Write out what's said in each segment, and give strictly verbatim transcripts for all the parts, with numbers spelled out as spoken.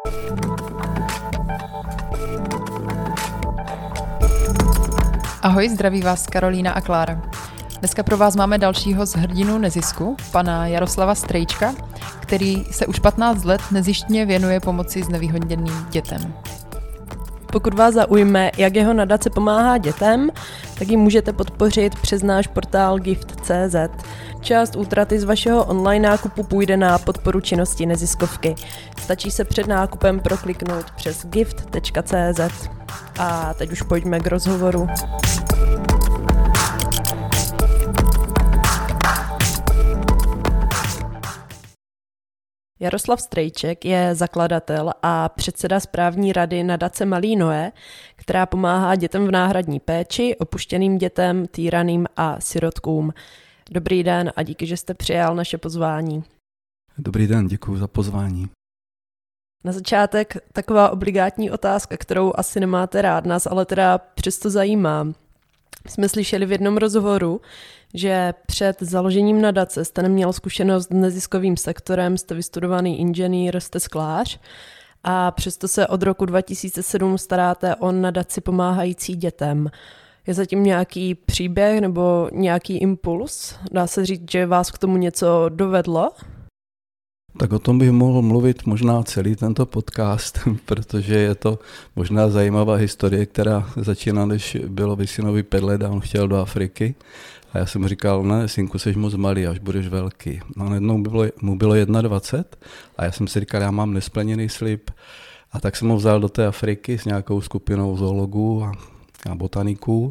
Ahoj, zdraví vás Karolína a Klára. Dneska pro vás máme dalšího z hrdinů nezisku, pana Jaroslava Strejčka, který se už patnáct let nezištně věnuje pomoci znevýhodněným dětem. Pokud vás zaujme, jak jeho nadace pomáhá dětem, tak ji můžete podpořit přes náš portál gift tečka cé zet. Část útraty z vašeho online nákupu půjde na podporu činnosti neziskovky. Stačí se před nákupem prokliknout přes gift tečka cé zet. A teď už pojďme k rozhovoru. Jaroslav Strejček je zakladatel a předseda správní rady nadace Malý Noé, která pomáhá dětem v náhradní péči, opuštěným dětem, týraným a sirotkům. Dobrý den a díky, že jste přijal naše pozvání. Dobrý den, děkuji za pozvání. Na začátek taková obligátní otázka, kterou asi nemáte rád, nás ale teda přesto zajímá. Jsme slyšeli v jednom rozhovoru, že před založením nadace jste neměl zkušenost s neziskovým sektorem, jste vystudovaný inženýr, jste sklář a přesto se od roku dva tisíce sedm staráte o nadaci pomáhající dětem. Je zatím nějaký příběh nebo nějaký impuls? Dá se říct, že vás k tomu něco dovedlo? Tak o tom bych mohl mluvit možná celý tento podcast, protože je to možná zajímavá historie, která začíná, když bylo synovi pět let a on chtěl do Afriky. A já jsem mu říkal, ne, synku, jsi moc malý, až budeš velký. No a jednou bylo, mu bylo dvacet jedna a já jsem si říkal, já mám nesplněný slib. A tak jsem ho vzal do té Afriky s nějakou skupinou zoologů a, a botaniků.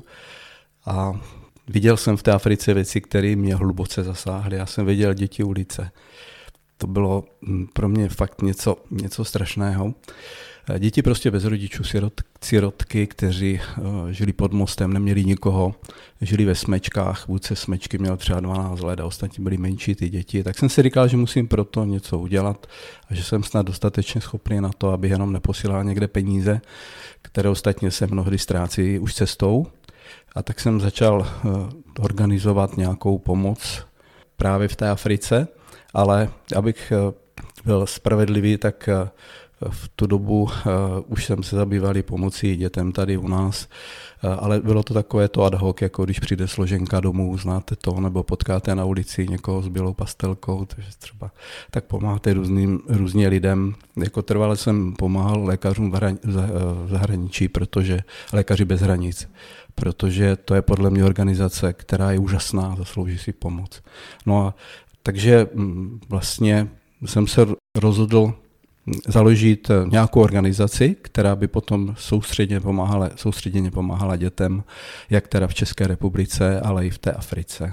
A viděl jsem v té Africe věci, které mě hluboce zasáhly. Já jsem viděl děti ulice. To bylo pro mě fakt něco, něco strašného. Děti prostě bez rodičů, sirot, sirotky, kteří uh, žili pod mostem, neměli nikoho, žili ve smečkách, vůdce smečky měl třeba dvanáct let a ostatní byli menší ty děti. Tak jsem si říkal, že musím pro to něco udělat a že jsem snad dostatečně schopný na to, abych jenom neposílal někde peníze, které ostatně se mnohdy ztrácí už cestou. A tak jsem začal uh, organizovat nějakou pomoc právě v té Africe. Ale abych byl spravedlivý, tak v tu dobu uh, už jsem se zabýval pomocí dětem tady u nás, uh, ale bylo to takové to ad hoc, jako když přijde složenka domů, znáte to, nebo potkáte na ulici někoho s bílou pastelkou, takže třeba tak pomáháte různým, různě lidem. Jako trvale jsem pomáhal lékařům v, hran, v zahraničí, protože Lékaři bez hranic, protože to je podle mě organizace, která je úžasná, zaslouží si pomoc. No a takže vlastně jsem se rozhodl založit nějakou organizaci, která by potom soustředěně pomáhala, soustředěně pomáhala dětem, jak teda v České republice, ale i v té Africe.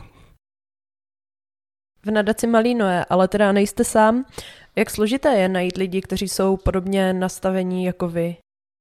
V nadaci Malý Noé, ale teda nejste sám. Jak složité je najít lidi, kteří jsou podobně nastavení jako vy?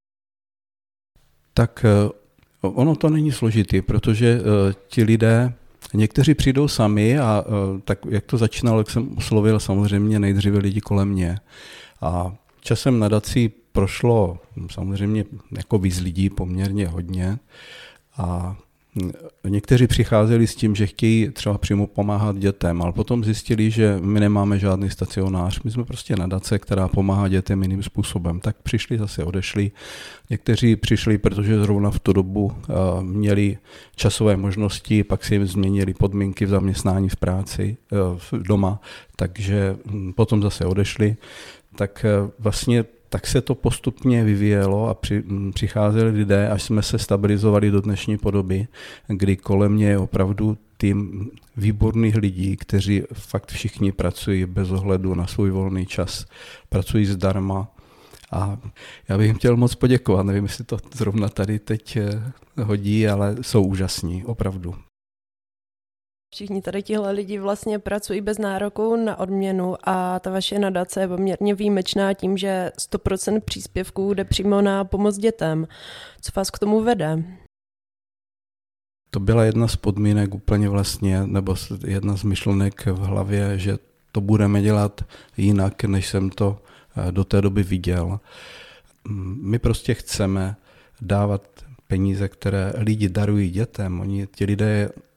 Tak ono to není složitý, protože ti lidé někteří přijdou sami a tak jak to začínalo, jak jsem oslovil samozřejmě nejdříve lidi kolem mě. A časem nadací prošlo samozřejmě jako víc lidí poměrně hodně a někteří přicházeli s tím, že chtějí třeba přímo pomáhat dětem, ale potom zjistili, že my nemáme žádný stacionář. My jsme prostě nadace, která pomáhá dětem jiným způsobem. Tak přišli, zase odešli. Někteří přišli, protože zrovna v tu dobu uh, měli časové možnosti, pak si jim změnili podmínky v zaměstnání, v práci, uh, doma, takže um, potom zase odešli. Tak uh, vlastně tak se to postupně vyvíjelo a při, přicházeli lidé, až jsme se stabilizovali do dnešní podoby, kdy kolem mě je opravdu tým výborných lidí, kteří fakt všichni pracují bez ohledu na svůj volný čas, pracují zdarma. A já bych jim chtěl moc poděkovat, nevím, jestli to zrovna tady teď hodí, ale jsou úžasní, opravdu. Všichni tady tihle lidi vlastně pracují bez nároku na odměnu a ta vaše nadace je poměrně výjimečná tím, že sto procent příspěvků jde přímo na pomoc dětem. Co vás k tomu vede? To byla jedna z podmínek úplně vlastně, nebo jedna z myšlenek v hlavě, že to budeme dělat jinak, než jsem to do té doby viděl. My prostě chceme dávat peníze, které lidi darují dětem. Oni, ti lidé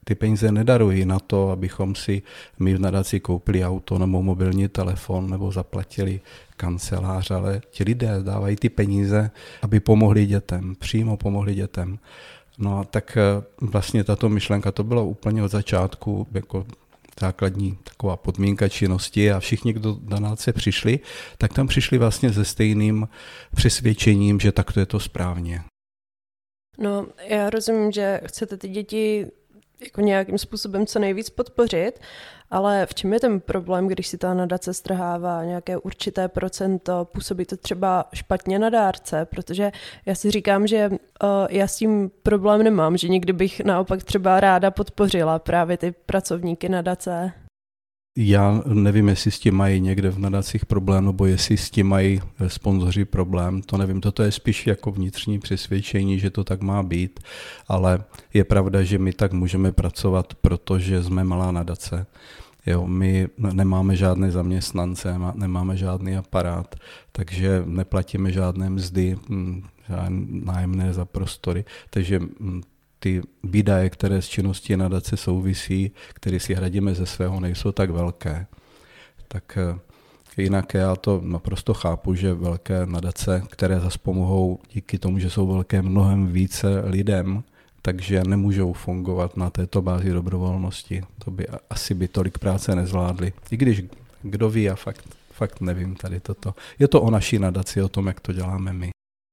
ty peníze nedarují na to, abychom si my v nadaci koupili auto nebo mobilní telefon nebo zaplatili kancelář, ale ti lidé dávají ty peníze, aby pomohli dětem, přímo pomohli dětem. No a tak vlastně tato myšlenka, to bylo úplně od začátku jako základní taková podmínka činnosti a všichni, kdo do nadace přišli, tak tam přišli vlastně se stejným přesvědčením, že takto je to správně. No, já rozumím, že chcete ty děti jako nějakým způsobem co nejvíc podpořit, ale v čem je ten problém, když si ta nadace strhává nějaké určité procento, působí to třeba špatně na dárce, protože já si říkám, že uh, já s tím problém nemám, že někdy bych naopak třeba ráda podpořila právě ty pracovníky nadace. Já nevím, jestli s tím mají někde v nadacích problém, nebo jestli s tím mají sponzoři problém, to nevím. Toto je spíš jako vnitřní přesvědčení, že to tak má být, ale je pravda, že my tak můžeme pracovat, protože jsme malá nadace. Jo, my nemáme žádné zaměstnance, nemáme žádný aparát, takže neplatíme žádné mzdy, žádné nájemné za prostory, takže ty výdaje, které s činností nadace souvisí, které si hradíme ze svého, nejsou tak velké. Tak jinak já to naprosto chápu, že velké nadace, které zase pomohou díky tomu, že jsou velké mnohem více lidem, takže nemůžou fungovat na této bázi dobrovolnosti. To by asi by tolik práce nezvládli. I když kdo ví, já fakt, fakt nevím tady toto. Je to o naší nadaci, o tom, jak to děláme my.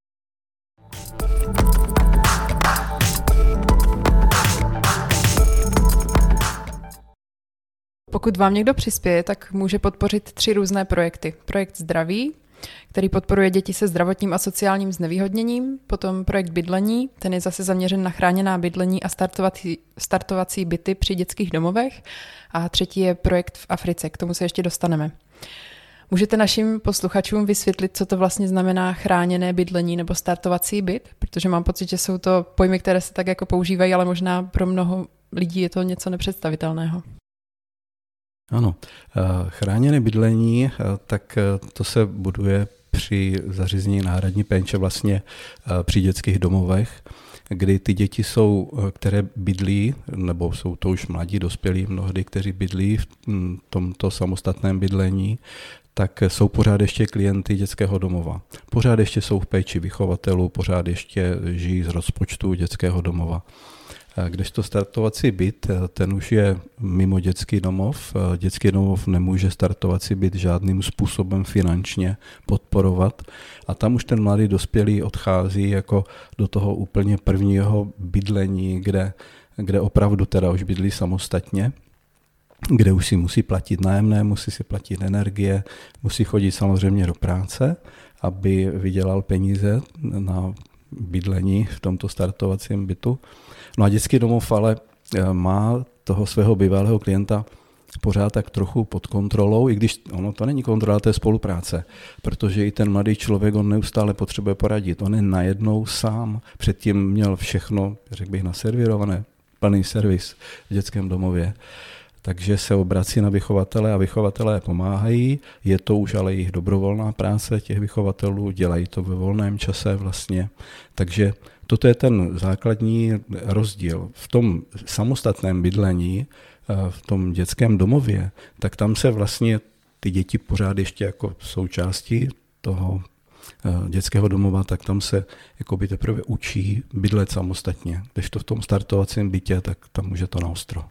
Pokud vám někdo přispěje, tak může podpořit tři různé projekty. Projekt Zdraví, který podporuje děti se zdravotním a sociálním znevýhodněním, potom projekt Bydlení, ten je zase zaměřen na chráněná bydlení a startovací, startovací byty při dětských domovech a třetí je projekt v Africe, k tomu se ještě dostaneme. Můžete našim posluchačům vysvětlit, co to vlastně znamená chráněné bydlení nebo startovací byt, protože mám pocit, že jsou to pojmy, které se tak jako používají, ale možná pro mnoho lidí je to něco nepředstavitelného. Ano, chráněné bydlení, tak to se buduje při zařízení náhradní péče vlastně při dětských domovech, kdy ty děti jsou, které bydlí, nebo jsou to už mladí dospělí mnohdy, kteří bydlí v tomto samostatném bydlení, tak jsou pořád ještě klienty dětského domova. Pořád ještě jsou v péči vychovatelů, pořád ještě žijí z rozpočtu dětského domova. Kdežto startovací byt, ten už je mimo dětský domov. Dětský domov nemůže startovací byt žádným způsobem finančně podporovat a tam už ten mladý dospělý odchází jako do toho úplně prvního bydlení, kde, kde opravdu teda už bydlí samostatně, kde už si musí platit nájemné, musí si platit energie, musí chodit samozřejmě do práce, aby vydělal peníze na bydlení v tomto startovacím bytu. No a dětský domov ale má toho svého bývalého klienta pořád tak trochu pod kontrolou, i když ono to není kontrola, to je spolupráce, protože i ten mladý člověk, on neustále potřebuje poradit. On je najednou sám, předtím měl všechno, řekl bych, naservírované, plný servis v dětském domově. Takže se obrací na vychovatele a vychovatelé pomáhají. Je to už ale jejich dobrovolná práce těch vychovatelů, dělají to ve volném čase vlastně. Takže toto je ten základní rozdíl. V tom samostatném bydlení, v tom dětském domově, tak tam se vlastně ty děti pořád ještě jako součástí toho dětského domova, tak tam se jakoby teprve učí bydlet samostatně. Když to v tom startovacím bytě, tak tam už je to naostro.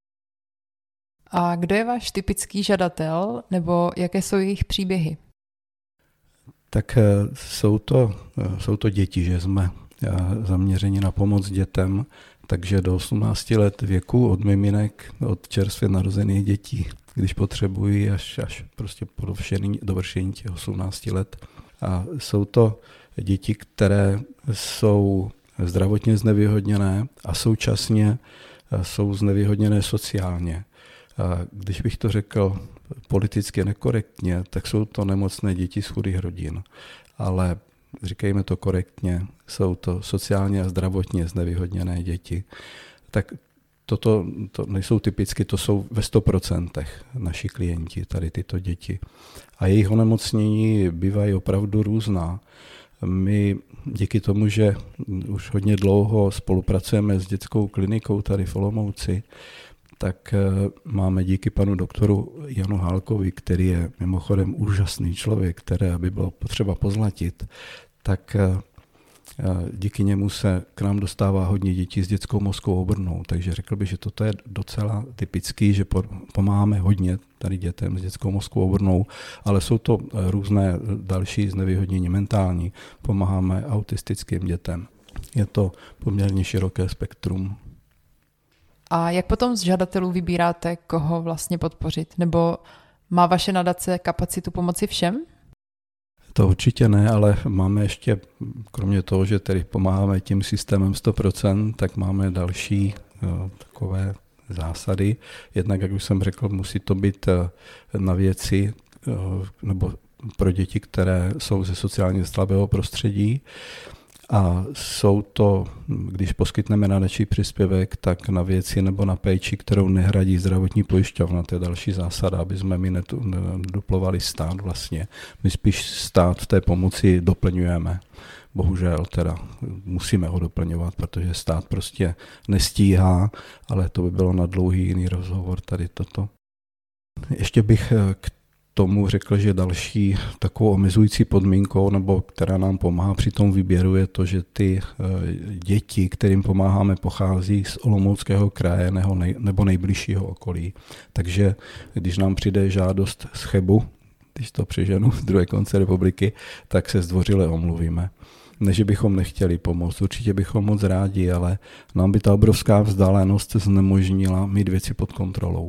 A kdo je váš typický žadatel, nebo jaké jsou jejich příběhy? Tak jsou to, jsou to děti, že jsme zaměřeni na pomoc dětem, takže do osmnácti let věku od miminek, od čerstvě narozených dětí, když potřebují až, až prostě po dovršení těch osmnácti let. A jsou to děti, které jsou zdravotně znevýhodněné a současně jsou znevýhodněné sociálně. Když bych to řekl politicky nekorektně, tak jsou to nemocné děti z chudých rodin, ale říkejme to korektně, jsou to sociálně a zdravotně znevýhodněné děti. Tak toto to nejsou typicky, to jsou ve sto procentech naši klienti, tady tyto děti. A jejich onemocnění bývají opravdu různá. My díky tomu, že už hodně dlouho spolupracujeme s dětskou klinikou tady v Olomouci, tak máme díky panu doktoru Janu Hálkovi, který je mimochodem úžasný člověk, které by bylo potřeba pozlatit, tak díky němu se k nám dostává hodně dětí s dětskou mozkovou obrnou, takže řekl bych, že toto je docela typický, že pomáháme hodně tady dětem s dětskou mozkovou obrnou, ale jsou to různé další znevýhodnění mentální, pomáháme autistickým dětem. Je to poměrně široké spektrum. A jak potom z žadatelů vybíráte, koho vlastně podpořit? Nebo má vaše nadace kapacitu pomoci všem? To určitě ne, ale máme ještě, kromě toho, že tedy pomáháme tím systémem sto procent, tak máme další jo, takové zásady. Jednak, jak už jsem řekl, musí to být na věci nebo pro děti, které jsou ze sociálně slabého prostředí. A jsou to, když poskytneme nadační příspěvek, tak na věci nebo na péči, kterou nehradí zdravotní pojišťovna. To je další zásada, aby jsme my neduplovali stát vlastně. My spíš stát v té pomoci doplňujeme. Bohužel teda musíme ho doplňovat, protože stát prostě nestíhá, ale to by bylo na dlouhý jiný rozhovor tady toto. Ještě bych k tomu řekl, že další takovou omezující podmínkou, nebo která nám pomáhá při tom výběru, je to, že ty děti, kterým pomáháme, pochází z Olomouckého kraje nebo nejbližšího okolí. Takže když nám přijde žádost z Chebu, když to přeženu, z druhé konce republiky, tak se zdvořile omluvíme. Ne, že bychom nechtěli pomoct, určitě bychom moc rádi, ale nám by ta obrovská vzdálenost znemožnila mít věci pod kontrolou.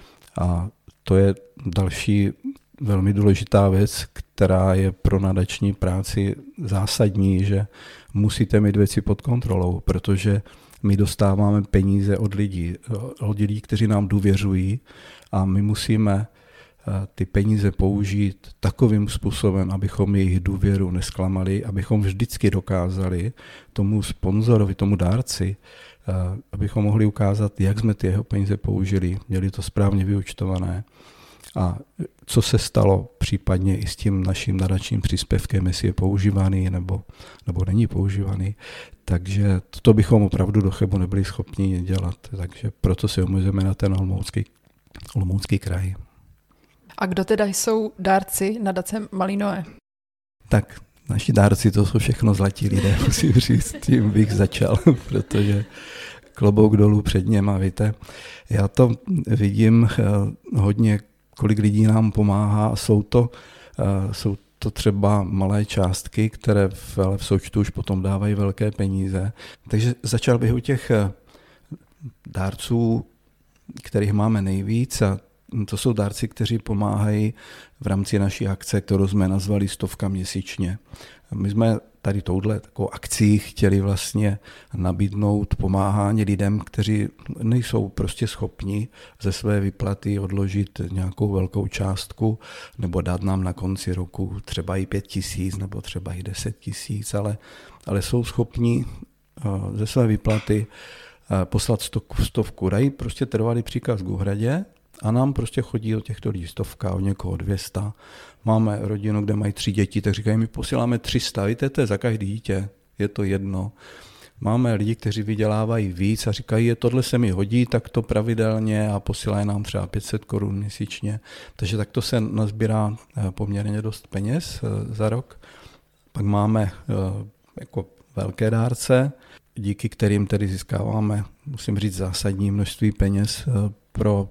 A to je další velmi důležitá věc, která je pro nadační práci zásadní, že musíte mít věci pod kontrolou, protože my dostáváme peníze od lidí, od lidí, kteří nám důvěřují a my musíme ty peníze použít takovým způsobem, abychom jejich důvěru nesklamali, abychom vždycky dokázali tomu sponzorovi, tomu dárci, abychom mohli ukázat, jak jsme ty jeho peníze použili, měli to správně vyúčtované a co se stalo případně i s tím naším nadačním příspěvkem, jestli je používaný nebo, nebo není používaný. Takže to bychom opravdu do Chebu nebyli schopni dělat, takže proto si omezujeme na ten Olomoucký, Olomoucký kraj. A kdo teda jsou dárci nadace Malý Noé? Tak naši dárci to jsou všechno zlatí lidé, musím říct, tím bych začal, protože klobouk dolů před něma, víte. Já to vidím hodně, kolik lidí nám pomáhá, jsou to, jsou to třeba malé částky, které v, v součtu už potom dávají velké peníze. Takže začal bych u těch dárců, kterých máme nejvíc, a to jsou dárci, kteří pomáhají v rámci naší akce, kterou jsme nazvali Stovka měsíčně. My jsme tady touhle takovou akcí chtěli vlastně nabídnout pomáhání lidem, kteří nejsou prostě schopni ze své výplaty odložit nějakou velkou částku nebo dát nám na konci roku třeba i pět tisíc nebo třeba i deset tisíc, ale, ale jsou schopni ze své výplaty poslat stovku, stovku. Dají prostě trvalý příkaz k úhradě a nám prostě chodí od těchto lidí stovka, od někoho dvě sta. Máme rodinu, kde mají tři děti, tak říkají, my posíláme tři sta, víte, to je za každé dítě, je to jedno. Máme lidi, kteří vydělávají víc a říkají, je tohle se mi hodí, tak to pravidelně a posílají nám třeba pět set korun měsíčně. Takže takto se nazbírá poměrně dost peněz za rok. Pak máme jako velké dárce, díky kterým tedy získáváme, musím říct, zásadní množství peněz pro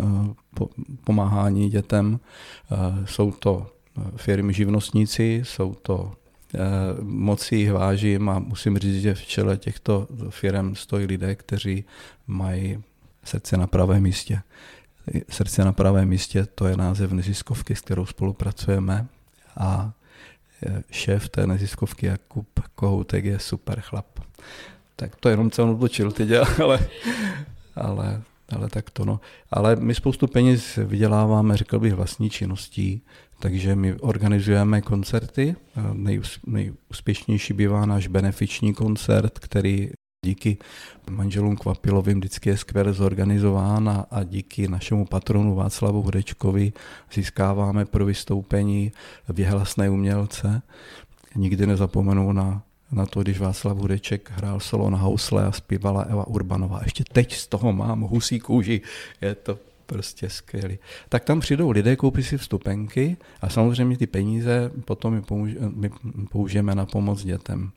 pomáhání dětem. Jsou to firmy živnostníci, jsou to moc si jich vážím a musím říct, že v čele těchto firm stojí lidé, kteří mají srdce na pravém místě. Srdce na pravém místě, to je název neziskovky, s kterou spolupracujeme a šéf té neziskovky Jakub Kohoutek je super chlap. Tak to jenom celou odločil teď, ale, ale Ale tak to no. Ale my spoustu peněz vyděláváme, řekl bych, vlastní činností, takže my organizujeme koncerty. Nejús, nejúspěšnější bývá náš benefiční koncert, který díky manželům Kvapilovým vždycky je skvěle zorganizován a, a díky našemu patronu Václavu Hudečkovi získáváme pro vystoupení věhlasné umělce. nikdy nezapomenu na, na to, když Václav Hudeček hrál solo na housle a zpívala Eva Urbanová. Ještě teď z toho mám husí kůži. Je to prostě skvělý. Tak tam přijdou lidé, koupí si vstupenky a samozřejmě ty peníze potom my, použi- my použijeme na pomoc dětem.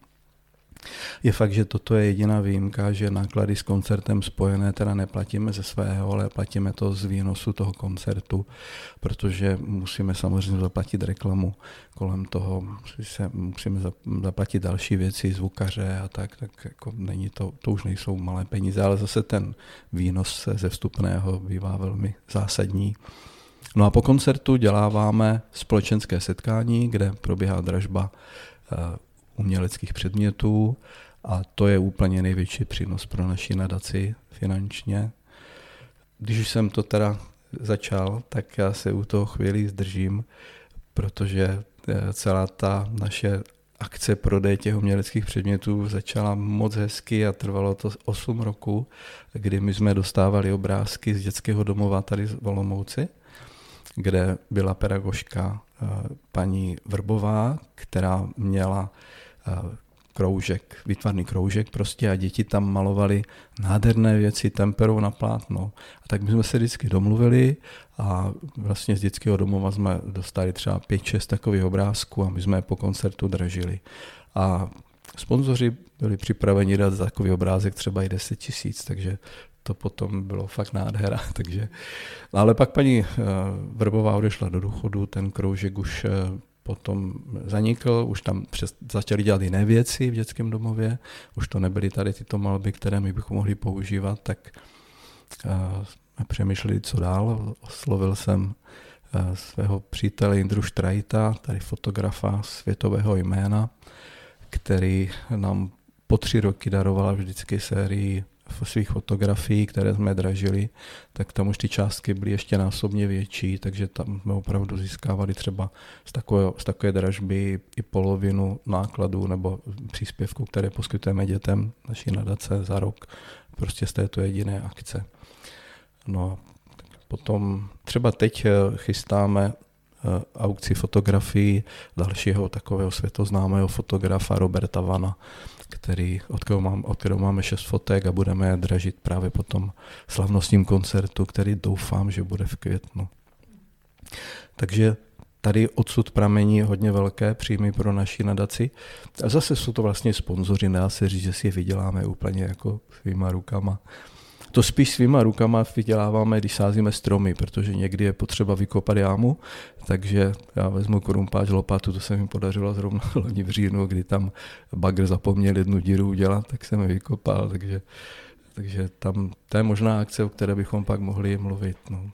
Je fakt, že toto je jediná výjimka, že náklady s koncertem spojené teda neplatíme ze svého, ale platíme to z výnosu toho koncertu, protože musíme samozřejmě zaplatit reklamu kolem toho, se musíme zaplatit další věci, zvukaře a tak, tak jako není to, to už nejsou malé peníze, ale zase ten výnos ze vstupného bývá velmi zásadní. No a po koncertu děláváme společenské setkání, kde probíhá dražba uměleckých předmětů a to je úplně největší přínos pro naši nadaci finančně. Když už jsem to teda začal, tak já se u toho chvíli zdržím, protože celá ta naše akce prodeje těch uměleckých předmětů začala moc hezky a trvalo to osm roků, kdy my jsme dostávali obrázky z dětského domova tady v Olomouci, kde byla pedagožka paní Vrbová, která měla kroužek, výtvarný kroužek prostě a děti tam malovali nádherné věci temperou na plátno. A tak my jsme se vždycky domluvili a vlastně z dětského domova jsme dostali třeba pět šest takových obrázků a my jsme je po koncertu dražili. A sponzoři byli připraveni dát za takový obrázek třeba i deset tisíc, takže to potom bylo fakt nádhera. Takže. Ale pak paní Vrbová odešla do důchodu, ten kroužek už potom zanikl, už tam přes, začali dělat jiné věci v dětském domově, už to nebyly tady tyto malby, které my bychom mohli používat, tak uh, jsme přemýšleli, co dál. Oslovil jsem uh, svého přítele Jindru Štrajta, tady fotografa světového jména, který nám po tři roky daroval vždycky sérii svých fotografií, které jsme dražili, tak tam už ty částky byly ještě násobně větší, takže tam jsme opravdu získávali třeba z takové, z takové dražby i polovinu nákladů nebo příspěvku, které poskytujeme dětem naší nadace za rok, prostě z této jediné akce. No potom třeba teď chystáme aukci fotografií dalšího takového světoznámého fotografa Roberta Vana, který, od, kterého mám, od kterého máme šest fotek a budeme je dražit právě po tom slavnostním koncertu, který doufám, že bude v květnu. Takže tady odsud pramení hodně velké příjmy pro naši nadaci. A zase jsou to vlastně sponzoři, nedá se říct, že si je vyděláme úplně jako svýma rukama. To spíš svýma rukama vyděláváme, když sázíme stromy, protože někdy je potřeba vykopat jámu, takže já vezmu korumpáč, lopatu, to se mi podařilo zrovna loni v říjnu, kdy tam bagr zapomněl jednu díru udělat, tak jsem ji vykopal, takže, takže tam to je možná akce, o které bychom pak mohli mluvit. No.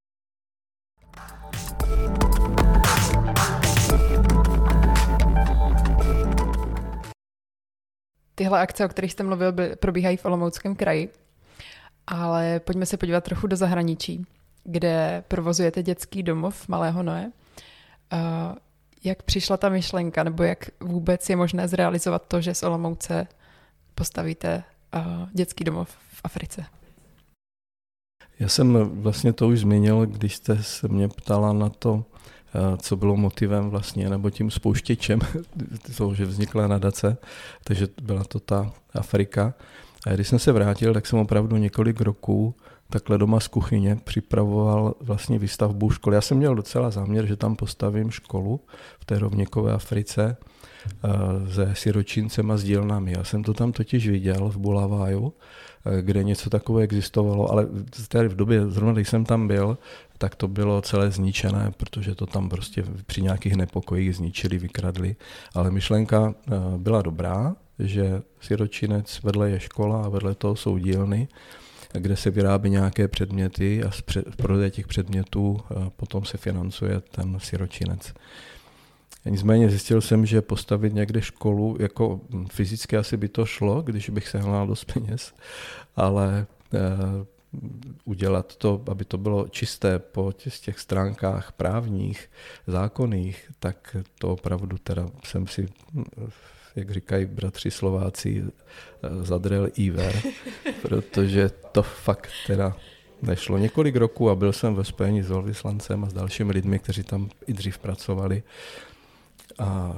Tyhle akce, o kterých jste mluvil, probíhají v Olomouckém kraji. Ale pojďme se podívat trochu do zahraničí, kde provozujete dětský domov Malého Noé. Jak přišla ta myšlenka, nebo jak vůbec je možné zrealizovat to, že z Olomouce postavíte dětský domov v Africe? Já jsem vlastně to už zmínil, když jste se mě ptala na to, co bylo motivem vlastně, nebo tím spouštěčem toho, že vznikla nadace, takže byla to ta Afrika. A když jsem se vrátil, tak jsem opravdu několik roků takhle doma z kuchyně připravoval vlastně výstavbu školy. Já jsem měl docela záměr, že tam postavím školu v té rovníkové Africe se siročincem a s dílnami. Já jsem to tam totiž viděl v Bulaváju, kde něco takové existovalo, ale v době, zrovna když jsem tam byl, tak to bylo celé zničené, protože to tam prostě při nějakých nepokojích zničili, vykradli. Ale myšlenka byla dobrá, že siročinec vedle je škola a vedle toho jsou dílny, kde se vyrábí nějaké předměty a z prodeje těch předmětů potom se financuje ten siročinec. Nicméně zjistil jsem, že postavit někde školu, jako fyzicky asi by to šlo, když bych sehnal dost peněz, ale eh, udělat to, aby to bylo čisté po těch stránkách právních, zákonných, tak to opravdu teda jsem si, jak říkají bratři Slováci, zadrel íver, protože to fakt teda nešlo. Několik roků a byl jsem ve spojení s velvyslancem a s dalšími lidmi, kteří tam i dřív pracovali. A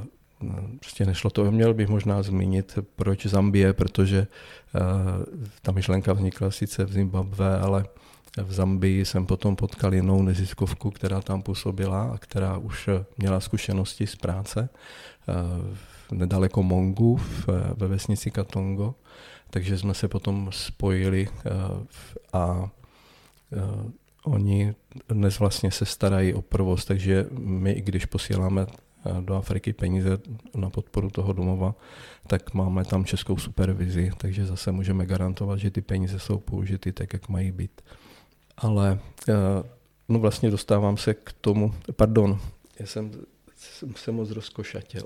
prostě nešlo to. Měl bych možná zmínit, proč Zambie, protože ta myšlenka vznikla sice v Zimbabwe, ale v Zambii jsem potom potkal jinou neziskovku, která tam působila a která už měla zkušenosti z práce nedaleko Mongu ve vesnici Katongo. Takže jsme se potom spojili a oni dnes vlastně se starají o provoz, takže my, i když posíláme do Afriky peníze na podporu toho domova, tak máme tam českou supervizi, takže zase můžeme garantovat, že ty peníze jsou použity tak, jak mají být. Ale no vlastně dostávám se k tomu, pardon, já jsem, jsem se moc rozkošatěl.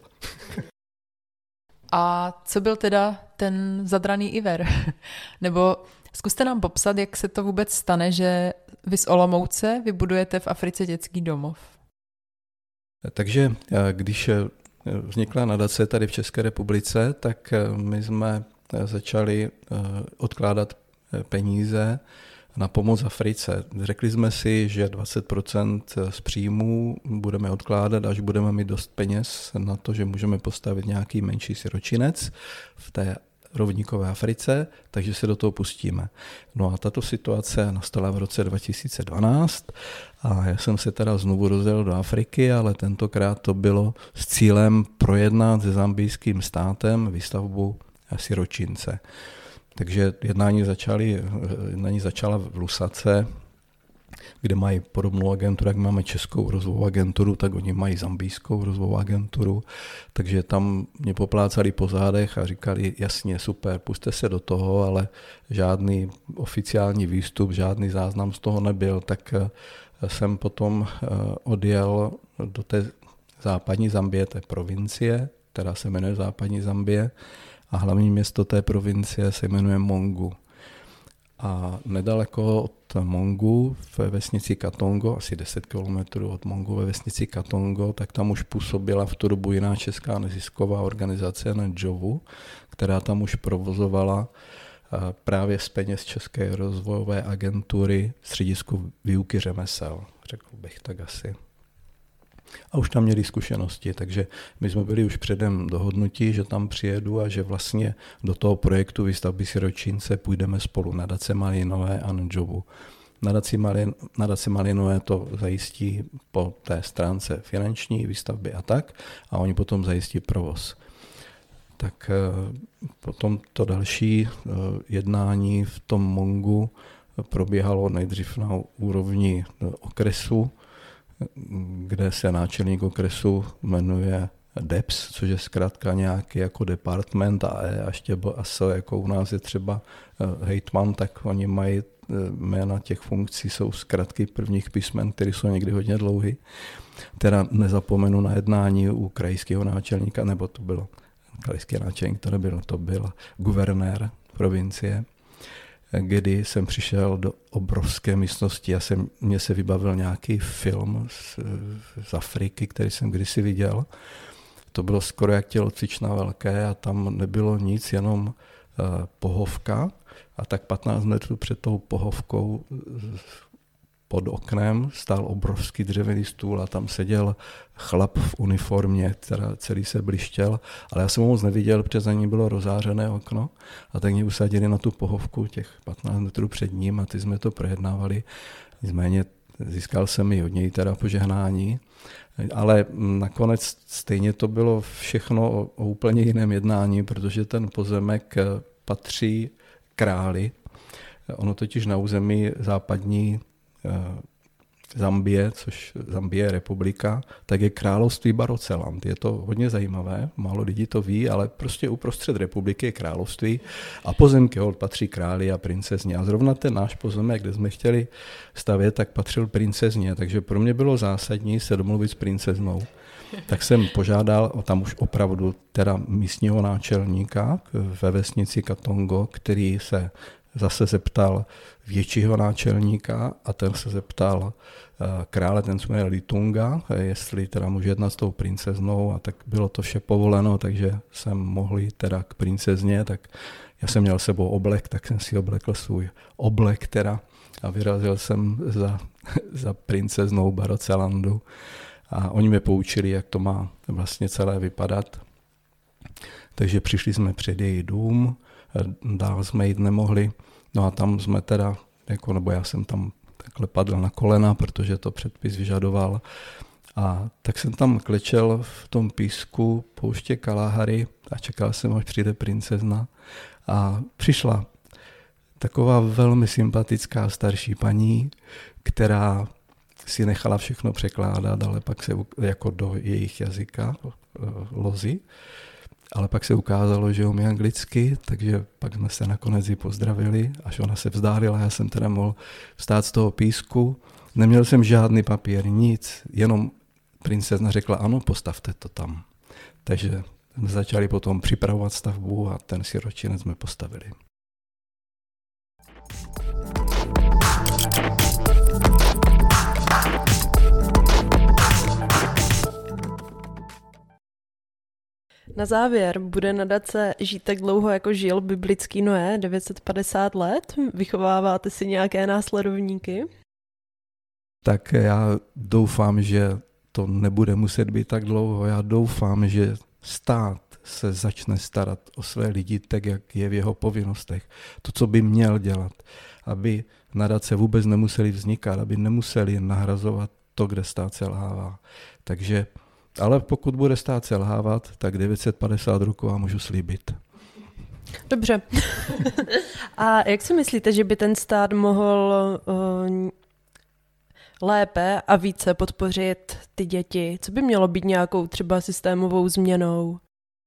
A co byl teda ten zadraný Iver? Nebo zkuste nám popsat, jak se to vůbec stane, že vy z Olomouce vybudujete v Africe dětský domov. Takže když vznikla nadace tady v České republice, tak my jsme začali odkládat peníze na pomoc Africe. Řekli jsme si, že dvacet procent z příjmů budeme odkládat, až budeme mít dost peněz na to, že můžeme postavit nějaký menší siročinec v té rovníkové Africe, takže se do toho pustíme. No a tato situace nastala v roce dva tisíce dvanáct a já jsem se teda znovu rozjel do Afriky, ale tentokrát to bylo s cílem projednat se zambijským státem výstavbu siročince. Takže jednání, začaly, jednání začala v Lusace, kde mají podobnou agenturu, jak máme Českou rozvojovou agenturu, tak oni mají zambijskou rozvojovou agenturu. Takže tam mě poplácali po zádech a říkali, jasně, super, puste se do toho, ale žádný oficiální výstup, žádný záznam z toho nebyl. Tak jsem potom odjel do té západní Zambie, té provincie, která se jmenuje západní Zambie, a hlavní město té provincie se jmenuje Mongu. A nedaleko od Mongu ve vesnici Katongo, asi deset kilometrů od Mongu ve vesnici Katongo, tak tam už působila v tu dobu jiná česká nezisková organizace Nedžovu, která tam už provozovala právě z peněz České rozvojové agentury středisko výuky řemesel, řekl bych tak asi. A už tam měli zkušenosti, takže my jsme byli už předem dohodnutí, že tam přijedu a že vlastně do toho projektu výstavby siročince půjdeme spolu nadace Malinové a Nedžovu. Nadace, Malin, nadace Malinové to zajistí po té stránce finanční, výstavby a tak, a oni potom zajistí provoz. Tak potom to další jednání v tom Mongu probíhalo nejdřív na úrovni okresu, kde se náčelník okresu jmenuje D E P S, což je zkrátka nějaký jako department, a E a štěbl a S, jako u nás je třeba hejtman, tak oni mají jména těch funkcí, jsou zkratky prvních písmen, které jsou někdy hodně dlouhý. Teda nezapomenu na jednání u krajského náčelníka, nebo to bylo krajský náčelník, to nebyl, to byl guvernér provincie, kdy jsem přišel do obrovské místnosti. Já jsem, mně se vybavil nějaký film z, z Afriky, který jsem kdysi viděl. To bylo skoro jak tělocvična velké a tam nebylo nic, jenom uh, pohovka a tak patnáct metrů před tou pohovkou pod oknem stál obrovský dřevěný stůl a tam seděl chlap v uniformě, která celý se blištěl, ale já jsem ho moc neviděl, protože za ní bylo rozářené okno a tak mě usadili na tu pohovku těch patnáct metrů před ním a ty jsme to projednávali. Nicméně získal jsem i od něj teda požehnání, ale nakonec stejně to bylo všechno o, o úplně jiném jednání, protože ten pozemek patří králi. Ono totiž na území západní Zambie, což Zambie je republika, tak je království Baroceland. Je to hodně zajímavé, málo lidí to ví, ale prostě uprostřed republiky je království a pozemky hold patří králi a princezně. A zrovna ten náš pozemek, kde jsme chtěli stavět, tak patřil princezně, takže pro mě bylo zásadní se domluvit s princeznou. Tak jsem požádal o tam už opravdu teda místního náčelníka ve vesnici Katongo, který se zase zeptal většího náčelníka a ten se zeptal krále, ten se jmenuje Litunga, jestli teda může jednat s tou princeznou, a tak bylo to vše povoleno, takže jsem mohl jít teda k princezně, tak já jsem měl sebou oblek, tak jsem si oblekl svůj oblek teda a vyrazil jsem za, za princeznou Barocelandu A oni mě poučili, jak to má vlastně celé vypadat. Takže přišli jsme před její dům, dál jsme jít nemohli. No a tam jsme teda, jako, nebo já jsem tam takhle padl na kolena, protože to předpis vyžadoval. A tak jsem tam klečel v tom písku pouště Kalahary a čekal jsem, až přijde princezna. A přišla taková velmi sympatická starší paní, která si nechala všechno překládat, ale pak se jako do jejich jazyka, lozy, ale pak se ukázalo, že umí anglicky, takže pak jsme se nakonec i pozdravili, až ona se vzdálila, já jsem teda mohl vstát z toho písku. Neměl jsem žádný papír, nic, jenom princezna řekla, ano, postavte to tam. Takže jsme začali potom připravovat stavbu a ten siročinec jsme postavili. Na závěr, bude nadace žít tak dlouho, jako žil biblický Noé, devět set padesát let? Vychováváte si nějaké následovníky? Tak já doufám, že to nebude muset být tak dlouho. Já doufám, že stát se začne starat o své lidi tak, jak je v jeho povinnostech. To, co by měl dělat, aby nadace vůbec nemuseli vznikat, aby nemuseli nahrazovat to, kde stát selhává. Takže, ale pokud bude stát selhávat, tak devět set padesát roků vám můžu slíbit. Dobře. A jak si myslíte, že by ten stát mohl uh, lépe a více podpořit ty děti? Co by mělo být nějakou třeba systémovou změnou?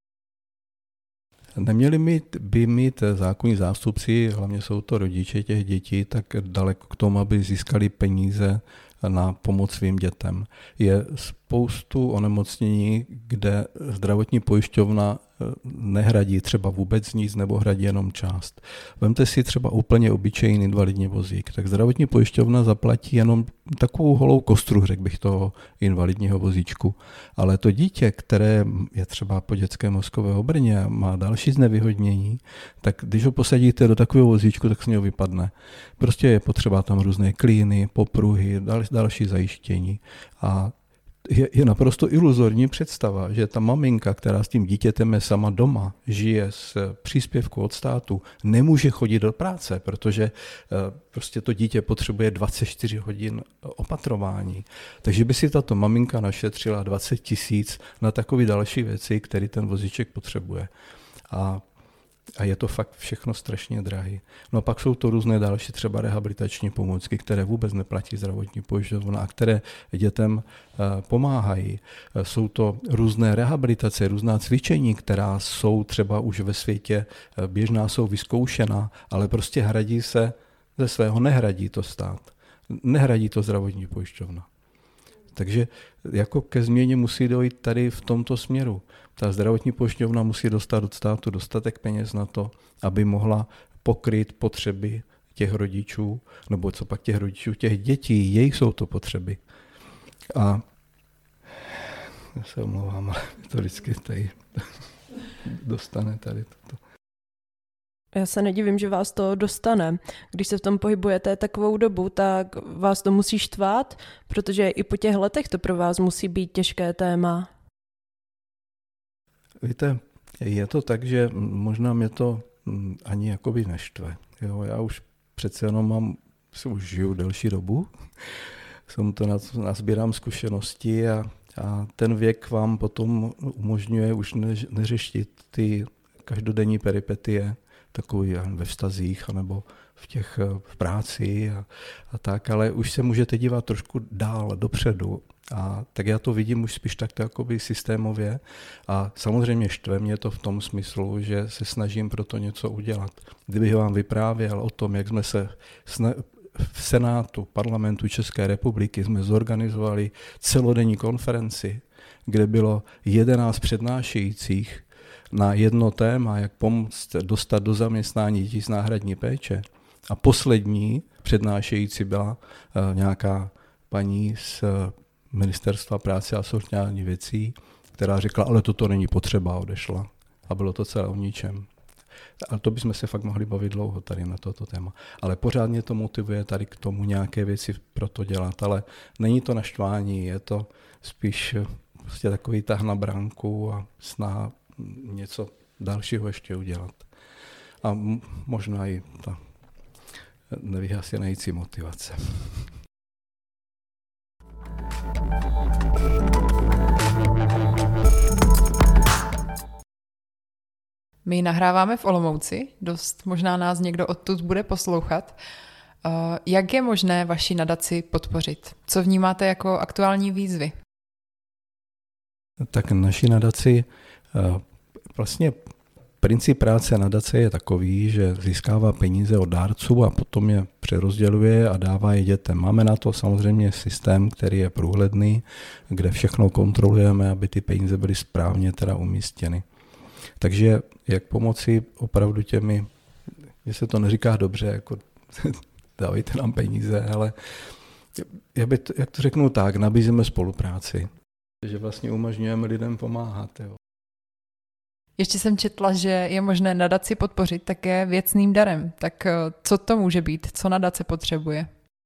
Neměli mít, by mít zákonní zástupci, hlavně jsou to rodiče těch dětí, tak daleko k tomu, aby získali peníze na pomoc svým dětem. Je spoustu onemocnění, kde zdravotní pojišťovna nehradí třeba vůbec nic nebo hradí jenom část. Vemte si třeba úplně obyčejný invalidní vozík, tak zdravotní pojišťovna zaplatí jenom takovou holou kostru, řekl bych, toho invalidního vozíčku. Ale to dítě, které je třeba po dětské mozkové obrně a má další znevýhodnění, tak když ho posadíte do takového vozíčku, tak z něho vypadne. Prostě je potřeba tam různé klíny, popruhy, dal, další zajištění. A Je, je naprosto iluzorní představa, že ta maminka, která s tím dítětem je sama doma, žije z příspěvku od státu, nemůže chodit do práce, protože prostě to dítě potřebuje dvacet čtyři hodin opatrování. Takže by si tato maminka našetřila dvacet tisíc na takové další věci, které ten vozíček potřebuje. A A je to fakt všechno strašně drahé. No a pak jsou to různé další třeba rehabilitační pomůcky, které vůbec neplatí zdravotní pojišťovna a které dětem pomáhají. Jsou to různé rehabilitace, různá cvičení, která jsou třeba už ve světě běžná, jsou vyzkoušená, ale prostě hradí se ze svého, nehradí to stát. Nehradí to zdravotní pojišťovna. Takže jako ke změně musí dojít tady v tomto směru. Ta zdravotní pojišťovna musí dostat od státu dostatek peněz na to, aby mohla pokryt potřeby těch rodičů, nebo co pak těch rodičů, těch dětí, jejich jsou to potřeby. A já se omlouvám, ale to vždycky tady dostane tady toto. Já se nedivím, že vás to dostane. Když se v tom pohybujete takovou dobu, tak vás to musí štvát, protože i po těch letech to pro vás musí být těžké téma. Víte, je to tak, že možná mě to ani jakoby neštve. Jo, já už přece jenom mám, už žiju delší dobu, jsem to nazbírám zkušenosti a, a ten věk vám potom umožňuje už neřešit ty každodenní peripetie, takový ve vztazích, anebo v těch v práci a, a tak, ale už se můžete dívat trošku dál, dopředu. A tak já to vidím už spíš takto jakoby systémově a samozřejmě štve mě to v tom smyslu, že se snažím pro to něco udělat. Kdybych vám vyprávěl o tom, jak jsme se v Senátu parlamentu České republiky jsme zorganizovali celodenní konferenci, kde bylo jedenáct přednášejících na jedno téma, jak pomoct dostat do zaměstnání dětí z náhradní péče. A poslední přednášející byla uh, nějaká paní z uh, Ministerstva práce a sociálních věcí, která řekla, ale toto není potřeba, odešla. A bylo to celé o ničem. Ale to bychom se fakt mohli bavit dlouho tady na toto téma. Ale pořád mě to motivuje tady k tomu nějaké věci pro to dělat. Ale není to naštvání, je to spíš prostě takový tah na bránku a snaha něco dalšího ještě udělat. A možná i ta nevyhasínající motivace. My nahráváme v Olomouci, dost možná nás někdo odtud bude poslouchat. Jak je možné vaši nadaci podpořit? Co vnímáte jako aktuální výzvy? Tak naši nadaci, vlastně princip práce nadace je takový, že získává peníze od dárců a potom je přerozděluje a dává je dětem. Máme na to samozřejmě systém, který je průhledný, kde všechno kontrolujeme, aby ty peníze byly správně teda umístěny. Takže jak pomoci opravdu těmi, že se to neříká dobře, jako dávejte nám peníze, ale já, by to, jak to řeknu tak, nabízíme spolupráci, že vlastně umožňujeme lidem pomáhat. Jo. Ještě jsem četla, že je možné nadaci podpořit také věcným darem. Tak co to může být? Co nadace potřebuje?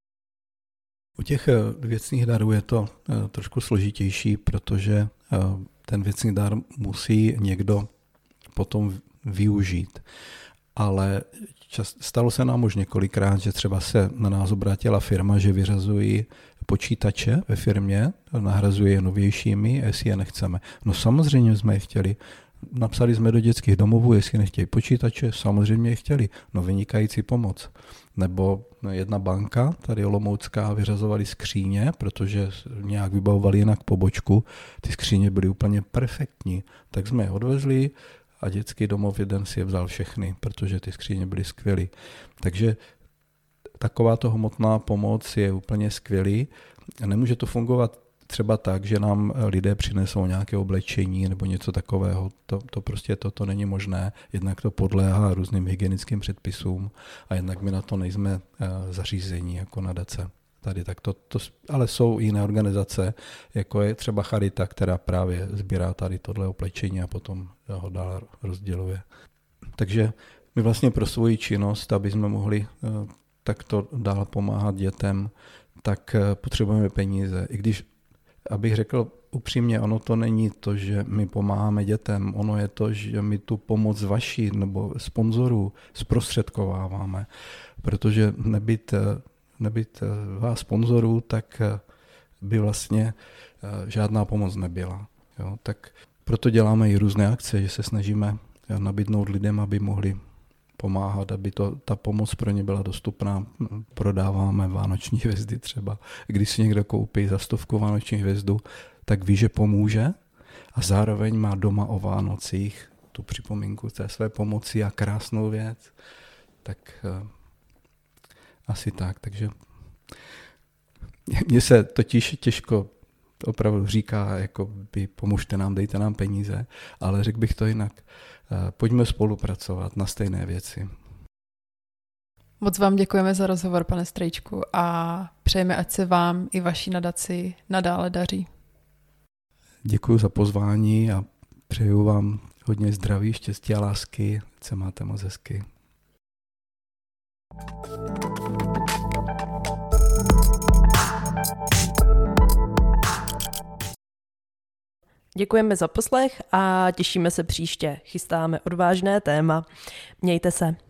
U těch věcných darů je to trošku složitější, protože ten věcný dar musí někdo potom využít. Ale čas, stalo se nám už několikrát, že třeba se na nás obrátila firma, že vyřazují počítače ve firmě, nahrazují je novějšími, jestli je nechceme. No samozřejmě jsme je chtěli. Napsali jsme do dětských domovů, jestli nechtějí počítače, samozřejmě je chtěli. No vynikající pomoc. Nebo jedna banka, tady olomoucká, vyřazovali skříně, protože nějak vybavovali jinak pobočku. Ty skříně byly úplně perfektní. Tak jsme je odvezli a dětský domov jeden si je vzal všechny, protože ty skříně byly skvělý. Takže takováto hmotná pomoc je úplně skvělý. Nemůže to fungovat třeba tak, že nám lidé přinesou nějaké oblečení nebo něco takového. To, to prostě toto není možné. Jednak to podléhá různým hygienickým předpisům a jednak my na to nejsme zařízení jako nadace. Tady tak to, to, ale jsou jiné organizace, jako je třeba Charita, která právě sbírá tady tohle oblečení a potom ho dál rozděluje. Takže my vlastně pro svoji činnost, aby jsme mohli takto dál pomáhat dětem, tak potřebujeme peníze. I když, abych řekl upřímně, ono to není to, že my pomáháme dětem, ono je to, že my tu pomoc vaší nebo sponzorů zprostředkováváme, protože nebyt, nebyt vás sponzorů, tak by vlastně žádná pomoc nebyla. Jo? Tak proto děláme i různé akce, že se snažíme nabídnout lidem, aby mohli pomáhat, aby to, ta pomoc pro ně byla dostupná. Prodáváme vánoční hvězdy třeba. Když si někdo koupí za stovku vánoční hvězdu, tak ví, že pomůže a zároveň má doma o Vánocích tu připomínku té své pomoci a krásnou věc. Tak uh, asi tak. Takže mně se totiž těžko opravdu říká, jako by pomůžte nám, dejte nám peníze, ale řekl bych to jinak. Pojďme spolupracovat na stejné věci. Moc vám děkujeme za rozhovor, pane Strejčku, a přejeme, ať se vám i vaší nadaci nadále daří. Děkuji za pozvání a přeju vám hodně zdraví, štěstí a lásky. Ať se máte moc hezky. Děkujeme za poslech a těšíme se příště. Chystáme odvážné téma. Mějte se.